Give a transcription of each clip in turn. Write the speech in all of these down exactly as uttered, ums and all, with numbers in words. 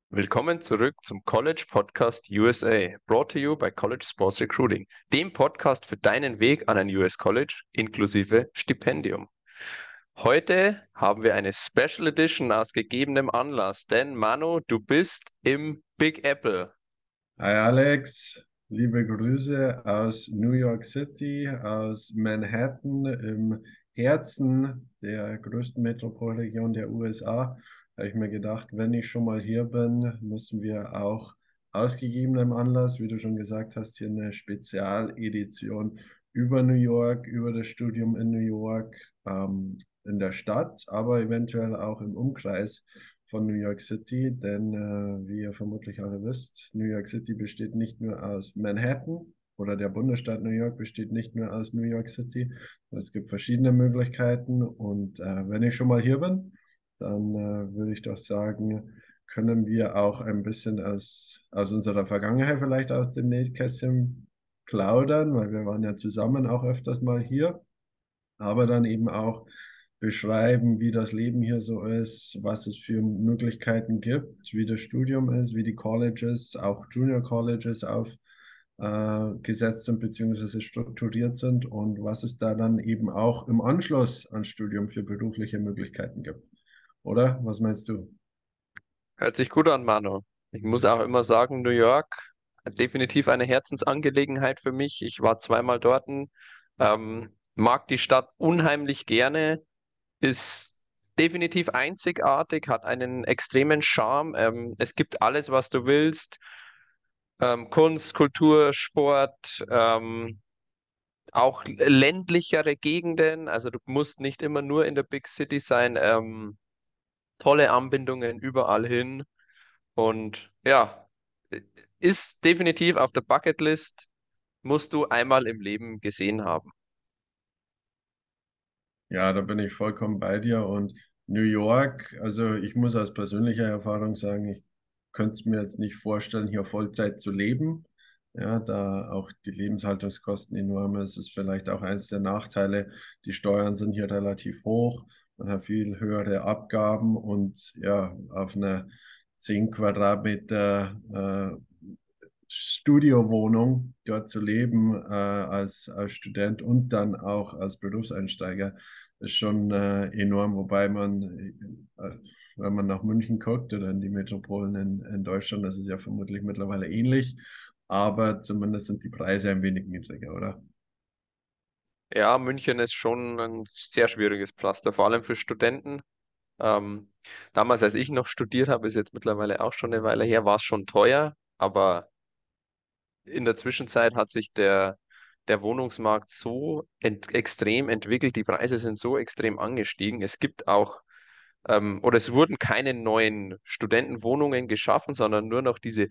Willkommen zurück zum College Podcast U S A, brought to you by College Sports Recruiting, dem Podcast für deinen Weg an ein U S College inklusive Stipendium. Heute haben wir eine Special Edition aus gegebenem Anlass, denn Manu, du bist im Big Apple. Hi Alex, liebe Grüße aus New York City, aus Manhattan im Herzen der größten Metropolregion der U S A. Da habe ich mir gedacht, wenn ich schon mal hier bin, müssen wir auch aus gegebenem Anlass, wie du schon gesagt hast, hier eine Spezialedition über New York, über das Studium in New York, ähm, in der Stadt, aber eventuell auch im Umkreis von New York City, denn äh, wie ihr vermutlich alle wisst, New York City besteht nicht nur aus Manhattan oder der Bundesstaat New York besteht nicht nur aus New York City. Es gibt verschiedene Möglichkeiten und äh, wenn ich schon mal hier bin, dann äh, würde ich doch sagen, können wir auch ein bisschen aus, aus unserer Vergangenheit vielleicht aus dem Nähkästchen plaudern, weil wir waren ja zusammen auch öfters mal hier, aber dann eben auch beschreiben, wie das Leben hier so ist, was es für Möglichkeiten gibt, wie das Studium ist, wie die Colleges, auch Junior Colleges aufgesetzt sind bzw. strukturiert sind und was es da dann eben auch im Anschluss an Studium für berufliche Möglichkeiten gibt. Oder? Was meinst du? Hört sich gut an, Manu. Ich muss auch immer sagen, New York, definitiv eine Herzensangelegenheit für mich. Ich war zweimal dort, ähm, mag die Stadt unheimlich gerne. Ist definitiv einzigartig, hat einen extremen Charme. Ähm, es gibt alles, was du willst. Ähm, Kunst, Kultur, Sport, ähm, auch ländlichere Gegenden. Also du musst nicht immer nur in der Big City sein. Ähm, tolle Anbindungen überall hin. Und ja, ist definitiv auf der Bucketlist, musst du einmal im Leben gesehen haben. Ja, da bin ich vollkommen bei dir. Und New York, also ich muss aus persönlicher Erfahrung sagen, ich könnte es mir jetzt nicht vorstellen, hier Vollzeit zu leben. Ja, da auch die Lebenshaltungskosten enorm ist, ist vielleicht auch eins der Nachteile. Die Steuern sind hier relativ hoch, man hat viel höhere Abgaben und ja, auf einer zehn Quadratmeter äh, Studiowohnung dort zu leben äh, als, als Student und dann auch als Berufseinsteiger ist schon äh, enorm, wobei man, äh, wenn man nach München guckt oder in die Metropolen in, in Deutschland, das ist ja vermutlich mittlerweile ähnlich, aber zumindest sind die Preise ein wenig niedriger, oder? Ja, München ist schon ein sehr schwieriges Pflaster, vor allem für Studenten. Ähm, damals, als ich noch studiert habe, ist jetzt mittlerweile auch schon eine Weile her, war es schon teuer, aber in der Zwischenzeit hat sich der, der Wohnungsmarkt so ent extrem entwickelt, die Preise sind so extrem angestiegen. Es gibt auch, ähm, oder es wurden keine neuen Studentenwohnungen geschaffen, sondern nur noch diese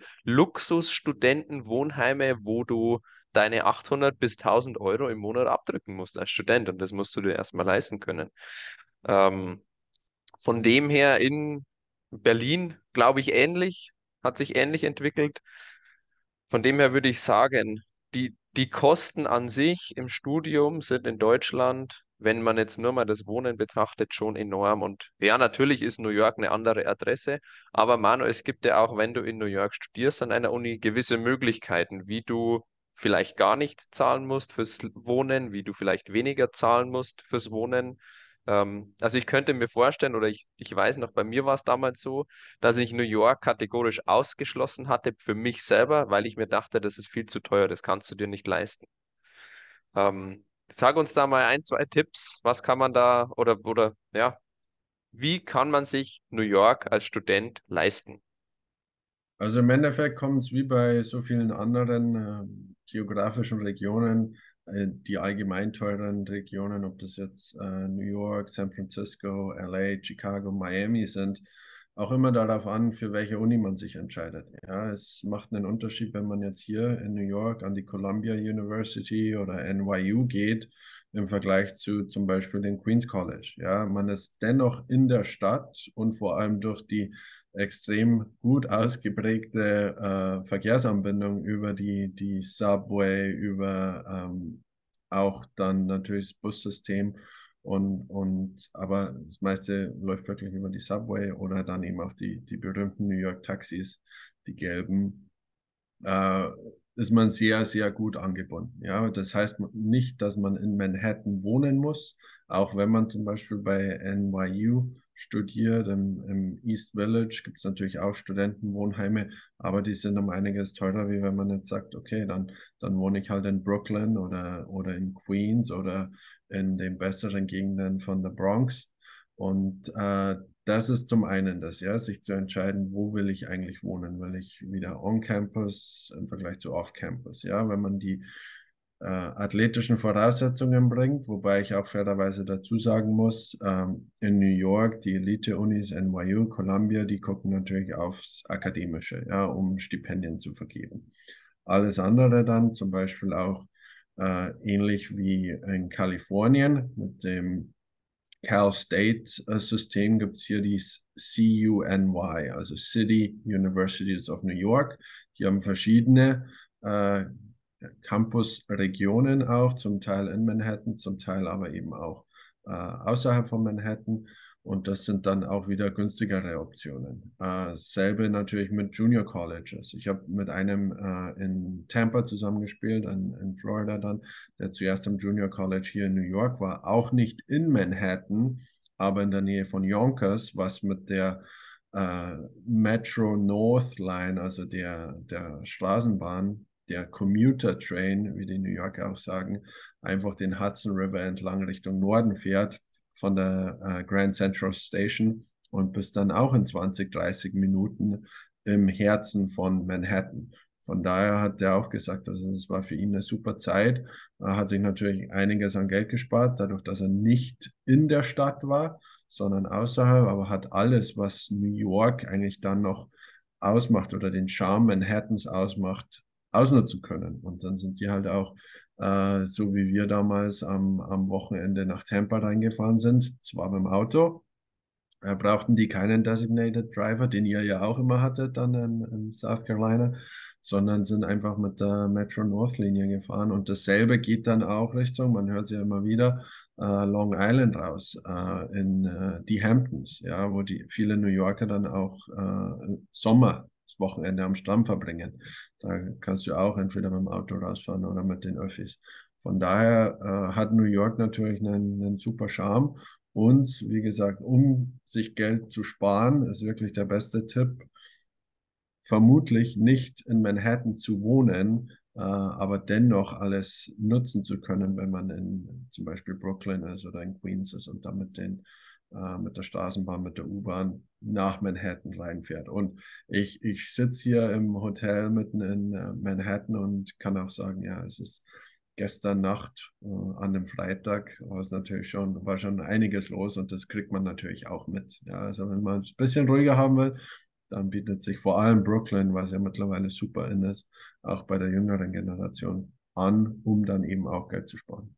Luxus-Studentenwohnheime, wo du deine achthundert bis tausend Euro im Monat abdrücken musst als Student. Und das musst du dir erstmal leisten können. Ähm, von dem her in Berlin, glaube ich, ähnlich, hat sich ähnlich entwickelt. Von dem her würde ich sagen, die, die Kosten an sich im Studium sind in Deutschland, wenn man jetzt nur mal das Wohnen betrachtet, schon enorm. Und ja, natürlich ist New York eine andere Adresse, aber Manu, es gibt ja auch, wenn du in New York studierst an einer Uni, gewisse Möglichkeiten, wie du vielleicht gar nichts zahlen musst fürs Wohnen, wie du vielleicht weniger zahlen musst fürs Wohnen. Ähm, also ich könnte mir vorstellen, oder ich, ich weiß noch, bei mir war es damals so, dass ich New York kategorisch ausgeschlossen hatte für mich selber, weil ich mir dachte, das ist viel zu teuer, das kannst du dir nicht leisten. Ähm, sag uns da mal ein, zwei Tipps, was kann man da oder oder ja, wie kann man sich New York als Student leisten? Also im Endeffekt kommt es wie bei so vielen anderen äh, geografischen Regionen, äh, die allgemein teuren Regionen, ob das jetzt äh, New York, San Francisco, L A, Chicago, Miami sind, auch immer darauf an, für welche Uni man sich entscheidet. Ja, es macht einen Unterschied, wenn man jetzt hier in New York an die Columbia University oder N Y U geht, im Vergleich zu zum Beispiel dem Queens College. Ja, man ist dennoch in der Stadt und vor allem durch die extrem gut ausgeprägte äh, Verkehrsanbindung über die, die Subway, über ähm, auch dann natürlich das Bussystem Und, und, aber das meiste läuft wirklich über die Subway oder dann eben auch die, die berühmten New York Taxis, die gelben, äh, ist man sehr, sehr gut angebunden. Ja, das heißt nicht, dass man in Manhattan wohnen muss, auch wenn man zum Beispiel bei N Y U studiert, im, im East Village gibt es natürlich auch Studentenwohnheime, aber die sind um einiges teurer, wie wenn man jetzt sagt, okay, dann, dann wohne ich halt in Brooklyn oder, oder in Queens oder in den besseren Gegenden von der Bronx. Und äh, das ist zum einen das, ja, sich zu entscheiden, wo will ich eigentlich wohnen? Will ich wieder on-campus im Vergleich zu off-campus? Ja, wenn man die äh, athletischen Voraussetzungen bringt, wobei ich auch fairerweise dazu sagen muss, ähm, in New York, die Elite-Unis, N Y U, Columbia, die gucken natürlich aufs Akademische, ja, um Stipendien zu vergeben. Alles andere dann, zum Beispiel auch äh, ähnlich wie in Kalifornien mit dem Cal State-System gibt es hier die C U N Y, also City Universities of New York. Die haben verschiedene äh, Campusregionen auch, zum Teil in Manhattan, zum Teil aber eben auch äh, außerhalb von Manhattan. Und das sind dann auch wieder günstigere Optionen. Äh, selbe natürlich mit Junior Colleges. Ich habe mit einem äh, in Tampa zusammengespielt, in, in Florida dann, der zuerst am Junior College hier in New York war, auch nicht in Manhattan, aber in der Nähe von Yonkers, was mit der äh, Metro North Line, also der, der Straßenbahn, der Commuter Train, wie die New Yorker auch sagen, einfach den Hudson River entlang Richtung Norden fährt, von der äh, Grand Central Station und bis dann auch in zwanzig, dreißig Minuten im Herzen von Manhattan. Von daher hat er auch gesagt, also es war für ihn eine super Zeit. Er hat sich natürlich einiges an Geld gespart, dadurch, dass er nicht in der Stadt war, sondern außerhalb, aber hat alles, was New York eigentlich dann noch ausmacht oder den Charme Manhattans ausmacht, ausnutzen können. Und dann sind die halt auch, äh, so wie wir damals am, am Wochenende nach Tampa reingefahren sind, zwar mit dem Auto, äh, brauchten die keinen Designated Driver, den ihr ja auch immer hattet dann in, in South Carolina, sondern sind einfach mit der Metro North Linie gefahren. Und dasselbe geht dann auch Richtung, man hört es ja immer wieder, äh, Long Island raus, äh, in äh, die Hamptons, ja, wo die viele New Yorker dann auch äh, Sommer, das Wochenende am Strand verbringen. Da kannst du auch entweder mit dem Auto rausfahren oder mit den Öffis. Von daher äh, hat New York natürlich einen, einen super Charme. Und wie gesagt, um sich Geld zu sparen, ist wirklich der beste Tipp, vermutlich nicht in Manhattan zu wohnen, äh, aber dennoch alles nutzen zu können, wenn man in zum Beispiel Brooklyn ist oder in Queens ist und damit den äh, mit der Straßenbahn, mit der U-Bahn nach Manhattan reinfährt. Und ich, ich sitze hier im Hotel mitten in äh, Manhattan und kann auch sagen, ja, es ist gestern Nacht äh, an dem Freitag war es natürlich schon, war schon einiges los und das kriegt man natürlich auch mit. Ja, also wenn man es ein bisschen ruhiger haben will, dann bietet sich vor allem Brooklyn, was ja mittlerweile super in ist, auch bei der jüngeren Generation an, um dann eben auch Geld zu sparen.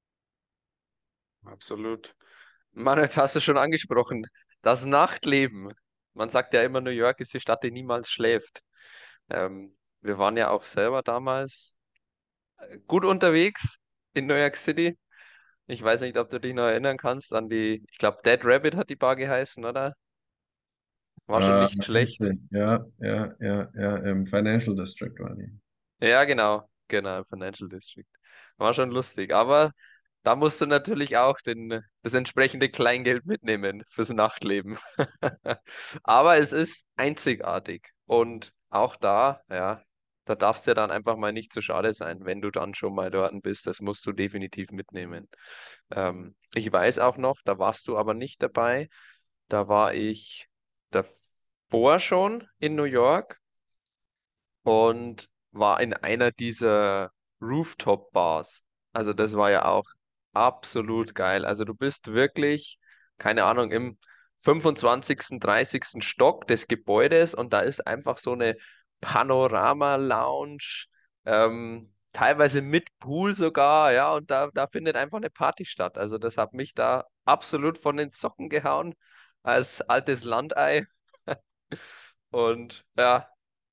Absolut. Mann, jetzt hast du schon angesprochen, das Nachtleben. Man sagt ja immer, New York ist die Stadt, die niemals schläft. Ähm, wir waren ja auch selber damals gut unterwegs in New York City. Ich weiß nicht, ob du dich noch erinnern kannst an die, ich glaube, Dead Rabbit hat die Bar geheißen, oder? War schon Äh, nicht schlecht. richtig, ja, ja, ja, ja, im Financial District war die. Ja, genau, genau, Financial District. War schon lustig, aber da musst du natürlich auch den, das entsprechende Kleingeld mitnehmen fürs Nachtleben. Aber es ist einzigartig und auch da, ja, da darf es ja dann einfach mal nicht zu schade sein, wenn du dann schon mal dort bist. Das musst du definitiv mitnehmen. Ähm, ich weiß auch noch, da warst du aber nicht dabei. Da war ich davor schon in New York und war in einer dieser Rooftop-Bars. Also das war ja auch absolut geil. Also du bist wirklich, keine Ahnung, im fünfundzwanzigsten., dreißigsten. Stock des Gebäudes und da ist einfach so eine Panorama-Lounge, ähm, teilweise mit Pool sogar, ja, und da, da findet einfach eine Party statt. Also das hat mich da absolut von den Socken gehauen als altes Landei. Und ja.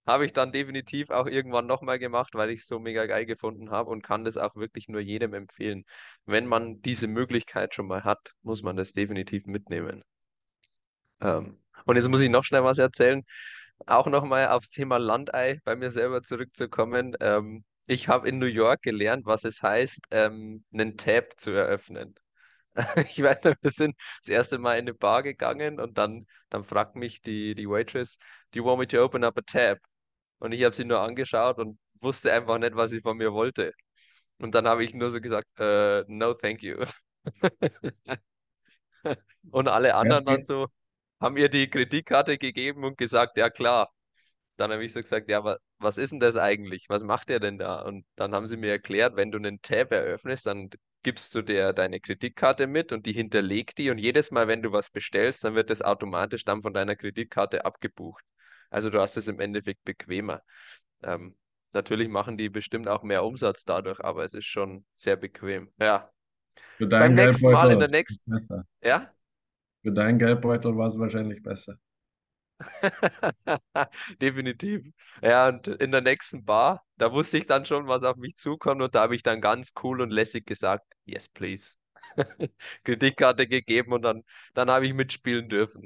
habe ich dann definitiv auch irgendwann nochmal gemacht, weil ich es so mega geil gefunden habe und kann das auch wirklich nur jedem empfehlen. Wenn man diese Möglichkeit schon mal hat, muss man das definitiv mitnehmen. Ähm, und jetzt muss ich noch schnell was erzählen, auch nochmal aufs Thema Landei bei mir selber zurückzukommen. Ähm, ich habe in New York gelernt, was es heißt, ähm, einen Tab zu eröffnen. Ich weiß noch, wir sind das erste Mal in eine Bar gegangen und dann, dann fragt mich die, die Waitress, "Do you want me to open up a tab?" Und ich habe sie nur angeschaut und wusste einfach nicht, was sie von mir wollte. Und dann habe ich nur so gesagt, äh, "No, thank you." Und alle Ja, anderen dann so haben ihr die Kreditkarte gegeben und gesagt, ja klar. Dann habe ich so gesagt, ja, wa was ist denn das eigentlich? Was macht ihr denn da? Und dann haben sie mir erklärt, wenn du einen Tab eröffnest, dann gibst du dir deine Kreditkarte mit und die hinterlegt die und jedes Mal, wenn du was bestellst, dann wird das automatisch dann von deiner Kreditkarte abgebucht. Also du hast es im Endeffekt bequemer. Ähm, Natürlich machen die bestimmt auch mehr Umsatz dadurch, aber es ist schon sehr bequem. Ja, für beim deinen nächsten Mal in Geldbeutel der nächsten, besser. ja? Für deinen Geldbeutel war es wahrscheinlich besser. Definitiv. Ja, und in der nächsten Bar, da wusste ich dann schon, was auf mich zukommt und da habe ich dann ganz cool und lässig gesagt, yes, please. Kreditkarte gegeben und dann, dann habe ich mitspielen dürfen.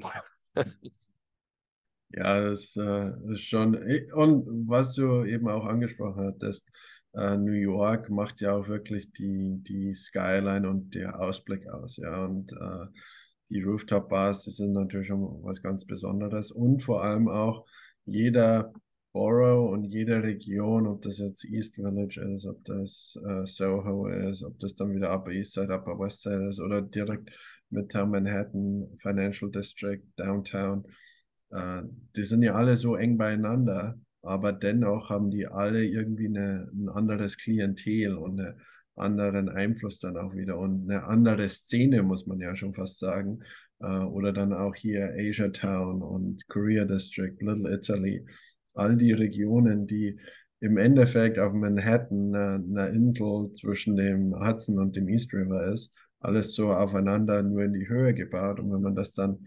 Ja, das äh, ist schon. Und was du eben auch angesprochen hattest, äh, New York macht ja auch wirklich die, die Skyline und der Ausblick aus. Ja, und äh, die Rooftop-Bars, die sind natürlich schon was ganz Besonderes. Und vor allem auch jeder Borough und jede Region, ob das jetzt East Village ist, ob das äh, Soho ist, ob das dann wieder Upper East Side, Upper West Side ist oder direkt Midtown Manhattan, Financial District, Downtown. Äh, Die sind ja alle so eng beieinander, aber dennoch haben die alle irgendwie eine, ein anderes Klientel und einen anderen Einfluss dann auch wieder und eine andere Szene, muss man ja schon fast sagen. Äh, Oder dann auch hier Asia Town und Korea District, Little Italy. All die Regionen, die im Endeffekt auf Manhattan, eine, eine Insel zwischen dem Hudson und dem East River ist, alles so aufeinander nur in die Höhe gebaut. Und wenn man das dann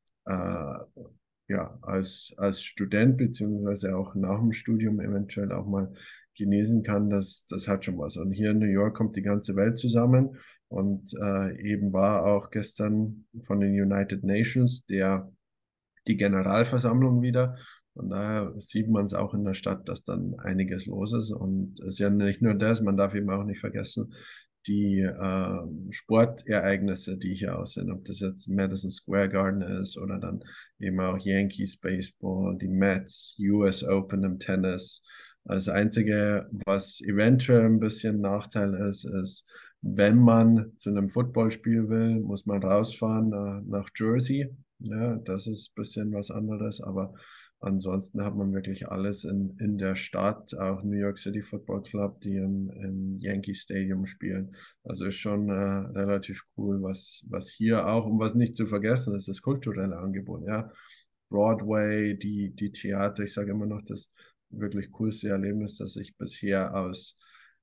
äh, ja, als, als Student beziehungsweise auch nach dem Studium eventuell auch mal genesen kann, das, das hat schon was. Und hier in New York kommt die ganze Welt zusammen und äh, eben war auch gestern von den United Nations der, die Generalversammlung wieder. Von daher sieht man es auch in der Stadt, dass dann einiges los ist. Und es ist ja nicht nur das, man darf eben auch nicht vergessen, die äh, Sportereignisse, die hier aus sind, ob das jetzt Madison Square Garden ist oder dann eben auch Yankees Baseball, die Mets, U S Open im Tennis. Das Einzige, was eventuell ein bisschen Nachteil ist, ist, wenn man zu einem Footballspiel will, muss man rausfahren nach, nach Jersey. Ja, das ist ein bisschen was anderes, aber ansonsten hat man wirklich alles in, in der Stadt, auch New York City Football Club, die im, im Yankee Stadium spielen. Also ist schon äh, relativ cool, was, was hier auch, und was nicht zu vergessen ist, das kulturelle Angebot. Ja, Broadway, die, die Theater, ich sage immer noch, das wirklich coolste Erlebnis, das ich bisher aus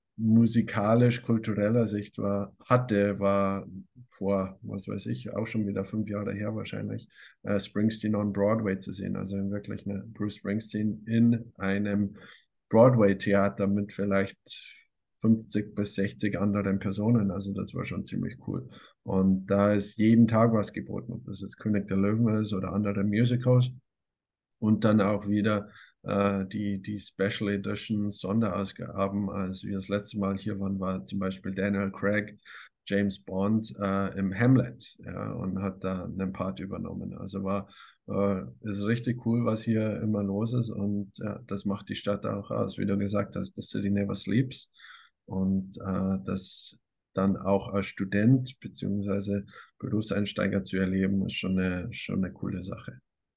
musikalisch-kultureller Sicht war, hatte, war vor, was weiß ich, auch schon wieder fünf Jahre her wahrscheinlich, äh, Springsteen on Broadway zu sehen. Also wirklich eine Bruce Springsteen in einem Broadway-Theater mit vielleicht fünfzig bis sechzig anderen Personen. Also das war schon ziemlich cool. Und da ist jeden Tag was geboten, ob das jetzt König der Löwen ist oder andere Musicals. Und dann auch wieder äh, die, die Special Edition Sonderausgaben. Als wir das letzte Mal hier waren, war zum Beispiel Daniel Craig, James Bond äh, im Hamlet, ja, und hat da einen Part übernommen. Also war äh, ist richtig cool, was hier immer los ist. Und ja, das macht die Stadt auch aus. Wie du gesagt hast, the city never sleeps. Und äh, das dann auch als Student beziehungsweise Berufseinsteiger zu erleben, ist schon eine, schon eine coole Sache.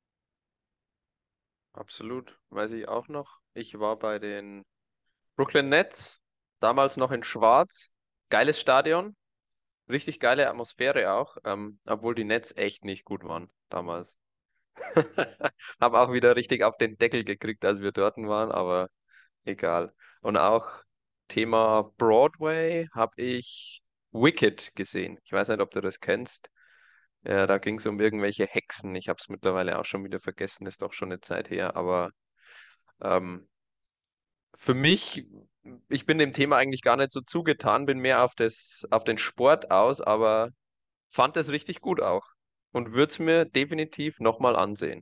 Absolut, weiß ich auch noch. Ich war bei den Brooklyn Nets, damals noch in Schwarz. Geiles Stadion, richtig geile Atmosphäre auch, ähm, obwohl die Nets echt nicht gut waren damals. Hab auch wieder richtig auf den Deckel gekriegt, als wir dort waren, aber egal. Und auch Thema Broadway habe ich Wicked gesehen. Ich weiß nicht, ob du das kennst. Ja, da ging es um irgendwelche Hexen. Ich habe es mittlerweile auch schon wieder vergessen, ist doch schon eine Zeit her, aber Ähm, für mich, ich bin dem Thema eigentlich gar nicht so zugetan, bin mehr auf das, auf den Sport aus, aber fand es richtig gut auch und würde es mir definitiv nochmal ansehen.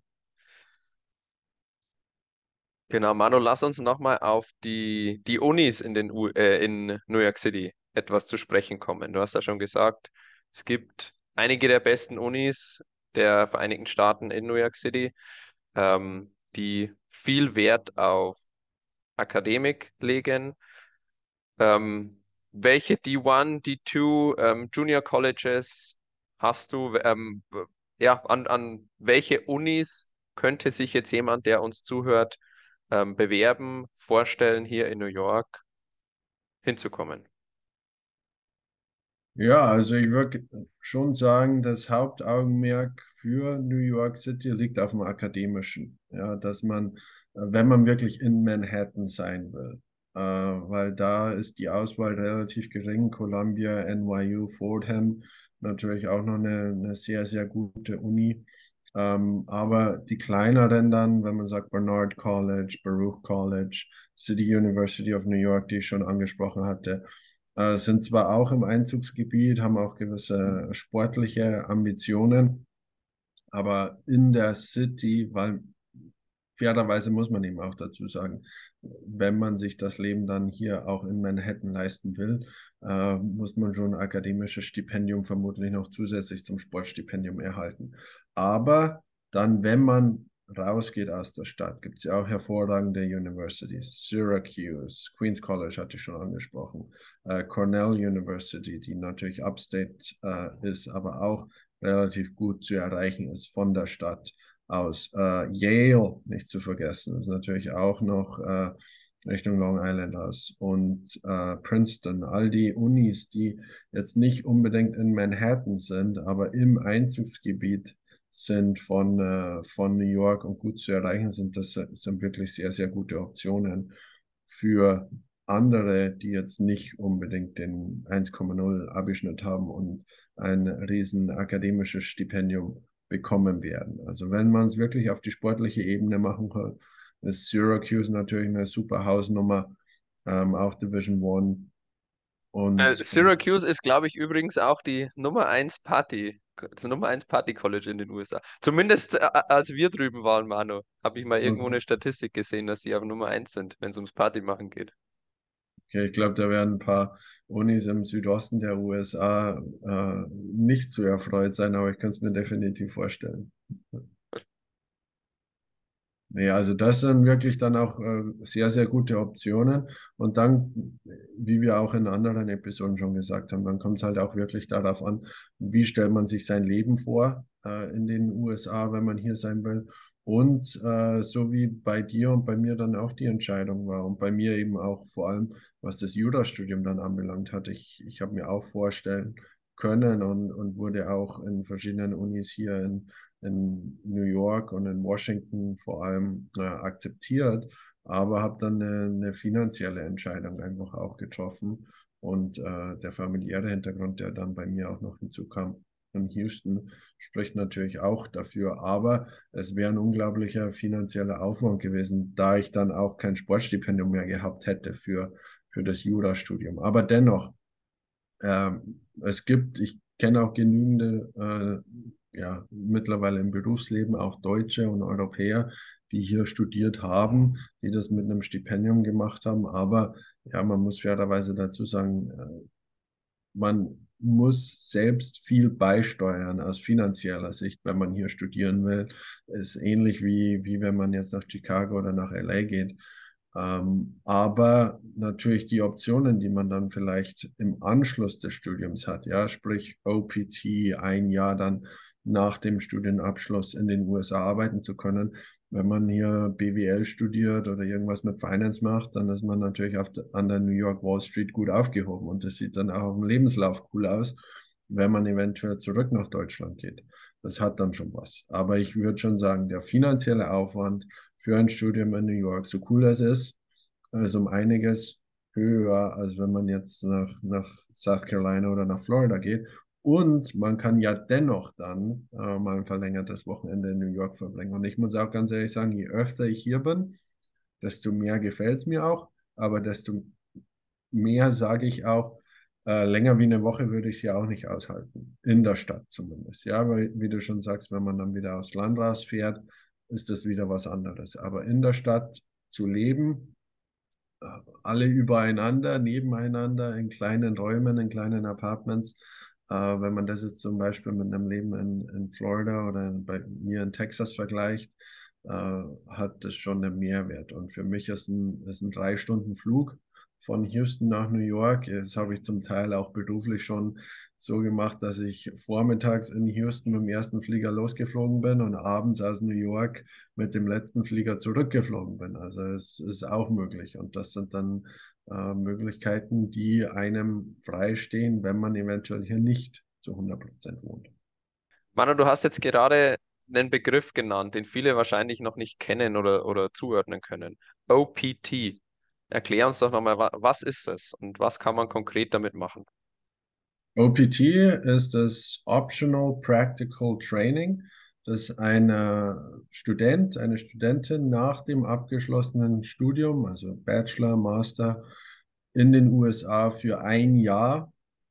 Genau, Manu, lass uns nochmal auf die, die Unis in den U äh, in New York City etwas zu sprechen kommen. Du hast ja schon gesagt, es gibt einige der besten Unis der Vereinigten Staaten in New York City, ähm, die viel Wert auf Akademik legen. Ähm, welche D eins, D zwei, ähm, Junior Colleges hast du? Ähm, w- ja, an, an welche Unis könnte sich jetzt jemand, der uns zuhört, ähm, bewerben, vorstellen, hier in New York hinzukommen? Ja, also ich würde schon sagen, das Hauptaugenmerk für New York City liegt auf dem Akademischen. Ja, dass man, äh, wenn man wirklich in Manhattan sein will, äh, weil da ist die Auswahl relativ gering. Columbia, N Y U, Fordham, natürlich auch noch eine, eine sehr, sehr gute Uni. Ähm, aber die kleineren dann, wenn man sagt Barnard College, Baruch College, City University of New York, die ich schon angesprochen hatte, äh, sind zwar auch im Einzugsgebiet, haben auch gewisse sportliche Ambitionen, aber in der City, weil fairerweise muss man eben auch dazu sagen, wenn man sich das Leben dann hier auch in Manhattan leisten will, äh, muss man schon ein akademisches Stipendium vermutlich noch zusätzlich zum Sportstipendium erhalten. Aber dann, wenn man rausgeht aus der Stadt, gibt es ja auch hervorragende Universities. Syracuse, Queens College hatte ich schon angesprochen, äh, Cornell University, die natürlich upstate äh, ist, aber auch relativ gut zu erreichen ist von der Stadt aus. Äh, Yale, nicht zu vergessen, ist natürlich auch noch äh, Richtung Long Island aus. Und äh, Princeton, all die Unis, die jetzt nicht unbedingt in Manhattan sind, aber im Einzugsgebiet sind von, äh, von New York und gut zu erreichen sind, das sind wirklich sehr, sehr gute Optionen für andere, die jetzt nicht unbedingt den eins Komma null Abischnitt haben und ein riesen akademisches Stipendium bekommen werden. Also wenn man es wirklich auf die sportliche Ebene machen kann, ist Syracuse natürlich eine super Hausnummer, ähm, auch Division One. Äh, Und Syracuse ist, glaube ich, übrigens auch die Nummer eins Party, das Nummer eins Party College in den U S A. Zumindest äh, als wir drüben waren, Manu, habe ich mal irgendwo okay, eine Statistik gesehen, dass sie auf Nummer eins sind, wenn es ums Party machen geht. ich glaube, da werden ein paar Unis im Südosten der U S A äh, nicht so erfreut sein, aber ich kann es mir definitiv vorstellen. Nee, also das sind wirklich dann auch äh, sehr, sehr gute Optionen. Und dann, wie wir auch in anderen Episoden schon gesagt haben, dann kommt es halt auch wirklich darauf an, wie stellt man sich sein Leben vor äh, in den U S A, wenn man hier sein will. Und äh, so wie bei dir und bei mir dann auch die Entscheidung war und bei mir eben auch vor allem, was das Jurastudium dann anbelangt hat. Ich, ich habe mir auch vorstellen können und, und wurde auch in verschiedenen Unis hier in in New York und in Washington vor allem äh, akzeptiert, aber habe dann eine, eine finanzielle Entscheidung einfach auch getroffen. Und äh, der familiäre Hintergrund, der dann bei mir auch noch hinzukam in Houston, spricht natürlich auch dafür. Aber es wäre ein unglaublicher finanzieller Aufwand gewesen, da ich dann auch kein Sportstipendium mehr gehabt hätte für, für das Jurastudium. Aber dennoch, ähm, es gibt, ich kenne auch genügende, äh, ja, mittlerweile im Berufsleben auch Deutsche und Europäer, die hier studiert haben, die das mit einem Stipendium gemacht haben. Aber ja, man muss fairerweise dazu sagen, äh, man muss selbst viel beisteuern aus finanzieller Sicht, wenn man hier studieren will. Ist ähnlich wie, wie wenn man jetzt nach Chicago oder nach L A geht. Ähm, aber natürlich die Optionen, die man dann vielleicht im Anschluss des Studiums hat, ja, sprich O P T, ein Jahr dann nach dem Studienabschluss in den U S A arbeiten zu können. Wenn man hier B W L studiert oder irgendwas mit Finance macht, dann ist man natürlich auf der, an der New York Wall Street gut aufgehoben und das sieht dann auch auf dem Lebenslauf cool aus, wenn man eventuell zurück nach Deutschland geht. Das hat dann schon was. Aber ich würde schon sagen, der finanzielle Aufwand für ein Studium in New York, so cool das ist, ist um einiges höher, als wenn man jetzt nach, nach South Carolina oder nach Florida geht. Und man kann ja dennoch dann äh, mal ein verlängertes Wochenende in New York verbringen. Und ich muss auch ganz ehrlich sagen, je öfter ich hier bin, desto mehr gefällt es mir auch, aber desto mehr sage ich auch, äh, länger wie eine Woche würde ich es ja auch nicht aushalten, in der Stadt zumindest. Ja, weil, wie du schon sagst, wenn man dann wieder aufs Land rausfährt, ist das wieder was anderes. Aber in der Stadt zu leben, äh, alle übereinander, nebeneinander, in kleinen Räumen, in kleinen Apartments. Äh, wenn man das jetzt zum Beispiel mit einem Leben in, in Florida oder bei mir in Texas vergleicht, äh, hat das schon einen Mehrwert. Und für mich ist ein, ist ein drei Stunden Flug von Houston nach New York. Das habe ich zum Teil auch beruflich schon so gemacht, dass ich vormittags in Houston mit dem ersten Flieger losgeflogen bin und abends aus New York mit dem letzten Flieger zurückgeflogen bin. Also es ist auch möglich. Und das sind dann äh, Möglichkeiten, die einem freistehen, wenn man eventuell hier nicht zu hundert Prozent wohnt. Manu, du hast jetzt gerade einen Begriff genannt, den viele wahrscheinlich noch nicht kennen oder, oder zuordnen können. O P T. Erklär uns doch nochmal, wa was ist das und was kann man konkret damit machen? O P T ist das Optional Practical Training, das ein Student, eine Studentin nach dem abgeschlossenen Studium, also Bachelor, Master, in den U S A für ein Jahr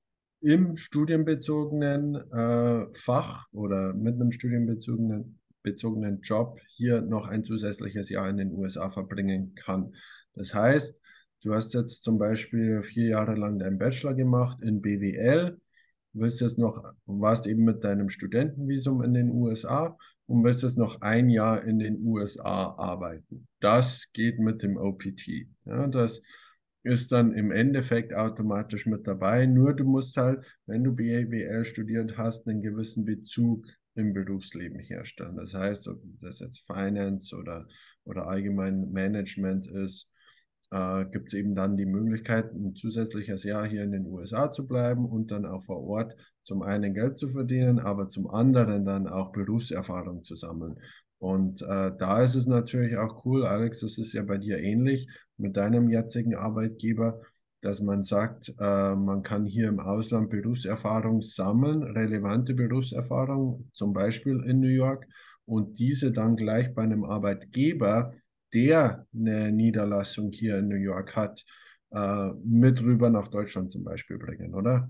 im studienbezogenen äh, Fach oder mit einem studienbezogenen bezogenen Job hier noch ein zusätzliches Jahr in den U S A verbringen kann. Das heißt, du hast jetzt zum Beispiel vier Jahre lang deinen Bachelor gemacht in B W L, willst jetzt noch, warst eben mit deinem Studentenvisum in den U S A und willst jetzt noch ein Jahr in den U S A arbeiten. Das geht mit dem O P T. Ja, das ist dann im Endeffekt automatisch mit dabei. Nur du musst halt, wenn du B W L studiert hast, einen gewissen Bezug im Berufsleben herstellen. Das heißt, ob das jetzt Finance oder, oder allgemein Management ist, äh, gibt es eben dann die Möglichkeit, ein zusätzliches Jahr hier in den U S A zu bleiben und dann auch vor Ort zum einen Geld zu verdienen, aber zum anderen dann auch Berufserfahrung zu sammeln. Und äh, da ist es natürlich auch cool, Alex, das ist ja bei dir ähnlich mit deinem jetzigen Arbeitgeber, dass man sagt, äh, man kann hier im Ausland Berufserfahrung sammeln, relevante Berufserfahrung, zum Beispiel in New York, und diese dann gleich bei einem Arbeitgeber, der eine Niederlassung hier in New York hat, äh, mit rüber nach Deutschland zum Beispiel bringen, oder?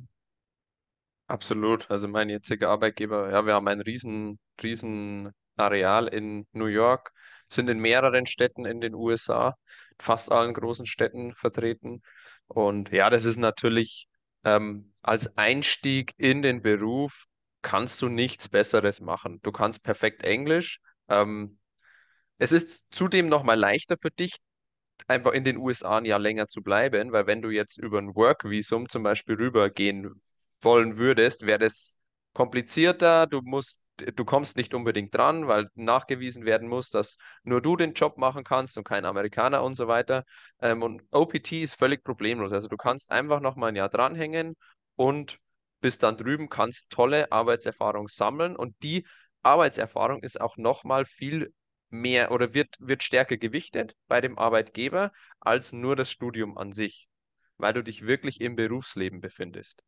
Absolut. Also mein jetziger Arbeitgeber, ja, wir haben ein riesen, riesen Areal in New York, sind in mehreren Städten in den U S A, fast allen großen Städten vertreten. Und ja, das ist natürlich ähm, als Einstieg in den Beruf kannst du nichts Besseres machen. Du kannst perfekt Englisch. Ähm, es ist zudem noch mal leichter für dich, einfach in den U S A ein Jahr länger zu bleiben, weil wenn du jetzt über ein Work-Visum zum Beispiel rübergehen wollen würdest, wäre das komplizierter. Du musst, du kommst nicht unbedingt dran, weil nachgewiesen werden muss, dass nur du den Job machen kannst und kein Amerikaner und so weiter. Ähm, und O P T ist völlig problemlos. Also du kannst einfach noch mal ein Jahr dranhängen und bist dann drüben, kannst tolle Arbeitserfahrung sammeln und die Arbeitserfahrung ist auch noch mal viel mehr oder wird, wird stärker gewichtet bei dem Arbeitgeber als nur das Studium an sich, weil du dich wirklich im Berufsleben befindest.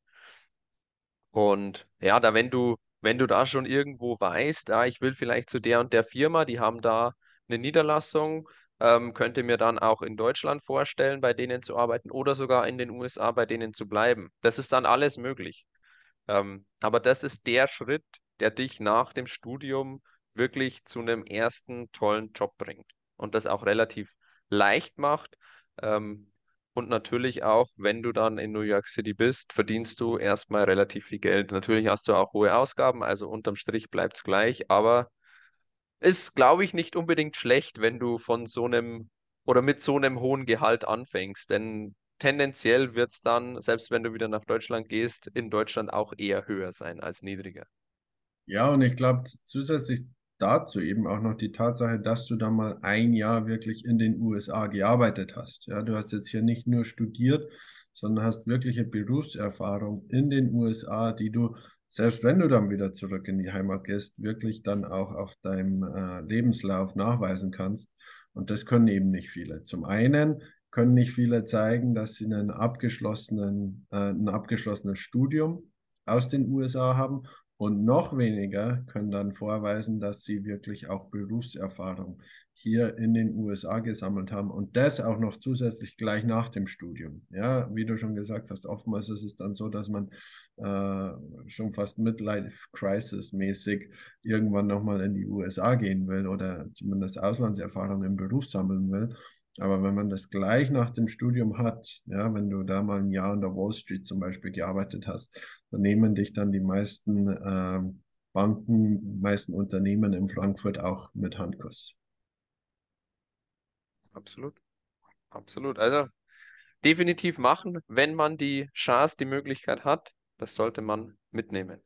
Und ja, da wenn du, wenn du da schon irgendwo weißt, ah, ich will vielleicht zu der und der Firma, die haben da eine Niederlassung, ähm, könnte mir dann auch in Deutschland vorstellen, bei denen zu arbeiten oder sogar in den U S A bei denen zu bleiben. Das ist dann alles möglich. Ähm, aber das ist der Schritt, der dich nach dem Studium wirklich zu einem ersten tollen Job bringt und das auch relativ leicht macht. Ähm, und natürlich auch, wenn du dann in New York City bist, verdienst du erstmal relativ viel Geld. Natürlich hast du auch hohe Ausgaben, also unterm Strich bleibt es gleich, aber ist, glaube ich, nicht unbedingt schlecht, wenn du von so einem oder mit so einem hohen Gehalt anfängst, denn tendenziell wird es dann, selbst wenn du wieder nach Deutschland gehst, in Deutschland auch eher höher sein als niedriger. Ja, und ich glaube zusätzlich dazu eben auch noch die Tatsache, dass du da mal ein Jahr wirklich in den U S A gearbeitet hast. Ja, du hast jetzt hier nicht nur studiert, sondern hast wirkliche Berufserfahrung in den U S A, die du, selbst wenn du dann wieder zurück in die Heimat gehst, wirklich dann auch auf deinem äh, Lebenslauf nachweisen kannst. Und das können eben nicht viele. Zum einen können nicht viele zeigen, dass sie einen abgeschlossenen, äh, ein abgeschlossenes Studium aus den U S A haben. Und noch weniger können dann vorweisen, dass sie wirklich auch Berufserfahrung hier in den U S A gesammelt haben und das auch noch zusätzlich gleich nach dem Studium. Ja, wie du schon gesagt hast, oftmals ist es dann so, dass man äh, schon fast Midlife-Crisis-mäßig irgendwann nochmal in die U S A gehen will oder zumindest Auslandserfahrung im Beruf sammeln will. Aber wenn man das gleich nach dem Studium hat, ja, wenn du da mal ein Jahr an der Wall Street zum Beispiel gearbeitet hast, dann nehmen dich dann die meisten ähm, Banken, meisten Unternehmen in Frankfurt auch mit Handkuss. Absolut, absolut. Also definitiv machen, wenn man die Chance, die Möglichkeit hat. Das sollte man mitnehmen.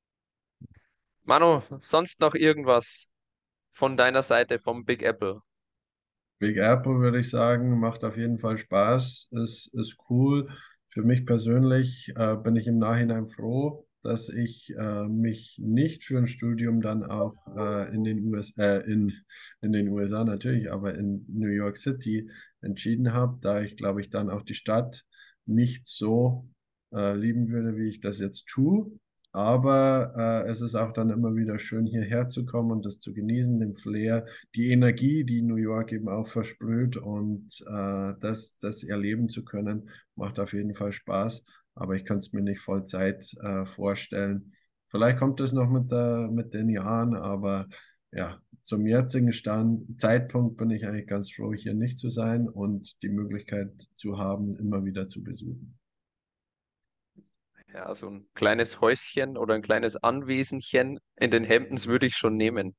Manu, sonst noch irgendwas von deiner Seite vom Big Apple? Big Apple würde ich sagen, macht auf jeden Fall Spaß, ist, ist cool. Für mich persönlich äh, bin ich im Nachhinein froh, dass ich äh, mich nicht für ein Studium dann auch äh, in den U S, äh, in, in den U S A natürlich, aber in New York City entschieden habe, da ich, glaube ich, dann auch die Stadt nicht so äh, lieben würde, wie ich das jetzt tue. Aber äh, es ist auch dann immer wieder schön, hierher zu kommen und das zu genießen, den Flair, die Energie, die New York eben auch versprüht und äh, das, das erleben zu können, macht auf jeden Fall Spaß. Aber ich kann es mir nicht Vollzeit äh, vorstellen. Vielleicht kommt es noch mit, der, mit den Jahren, aber ja, zum jetzigen Stand, Zeitpunkt bin ich eigentlich ganz froh, hier nicht zu sein und die Möglichkeit zu haben, immer wieder zu besuchen. Ja, so ein kleines Häuschen oder ein kleines Anwesenchen in den Hamptons würde ich schon nehmen.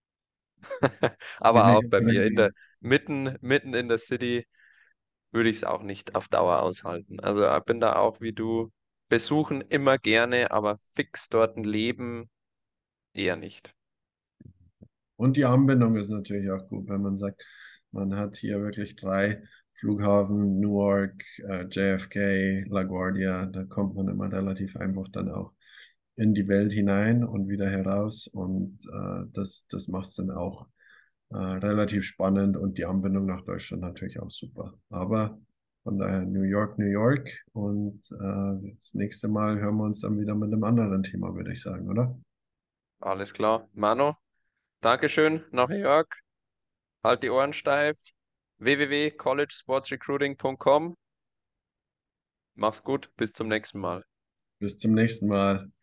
Aber auch bei mir in der mitten, mitten in der City würde ich es auch nicht auf Dauer aushalten. Also ich bin da auch wie du, besuchen immer gerne, aber fix dort ein Leben eher nicht. Und die Anbindung ist natürlich auch gut, wenn man sagt, man hat hier wirklich drei Flughafen, Newark, äh, J F K, LaGuardia, da kommt man immer relativ einfach dann auch in die Welt hinein und wieder heraus und äh, das, das macht es dann auch äh, relativ spannend und die Anbindung nach Deutschland natürlich auch super. Aber von daher New York, New York und äh, das nächste Mal hören wir uns dann wieder mit einem anderen Thema, würde ich sagen, oder? Alles klar. Mano, Dankeschön nach New York. Halt die Ohren steif. w w w punkt college sports recruiting punkt com. Mach's gut, bis zum nächsten Mal. Bis zum nächsten Mal.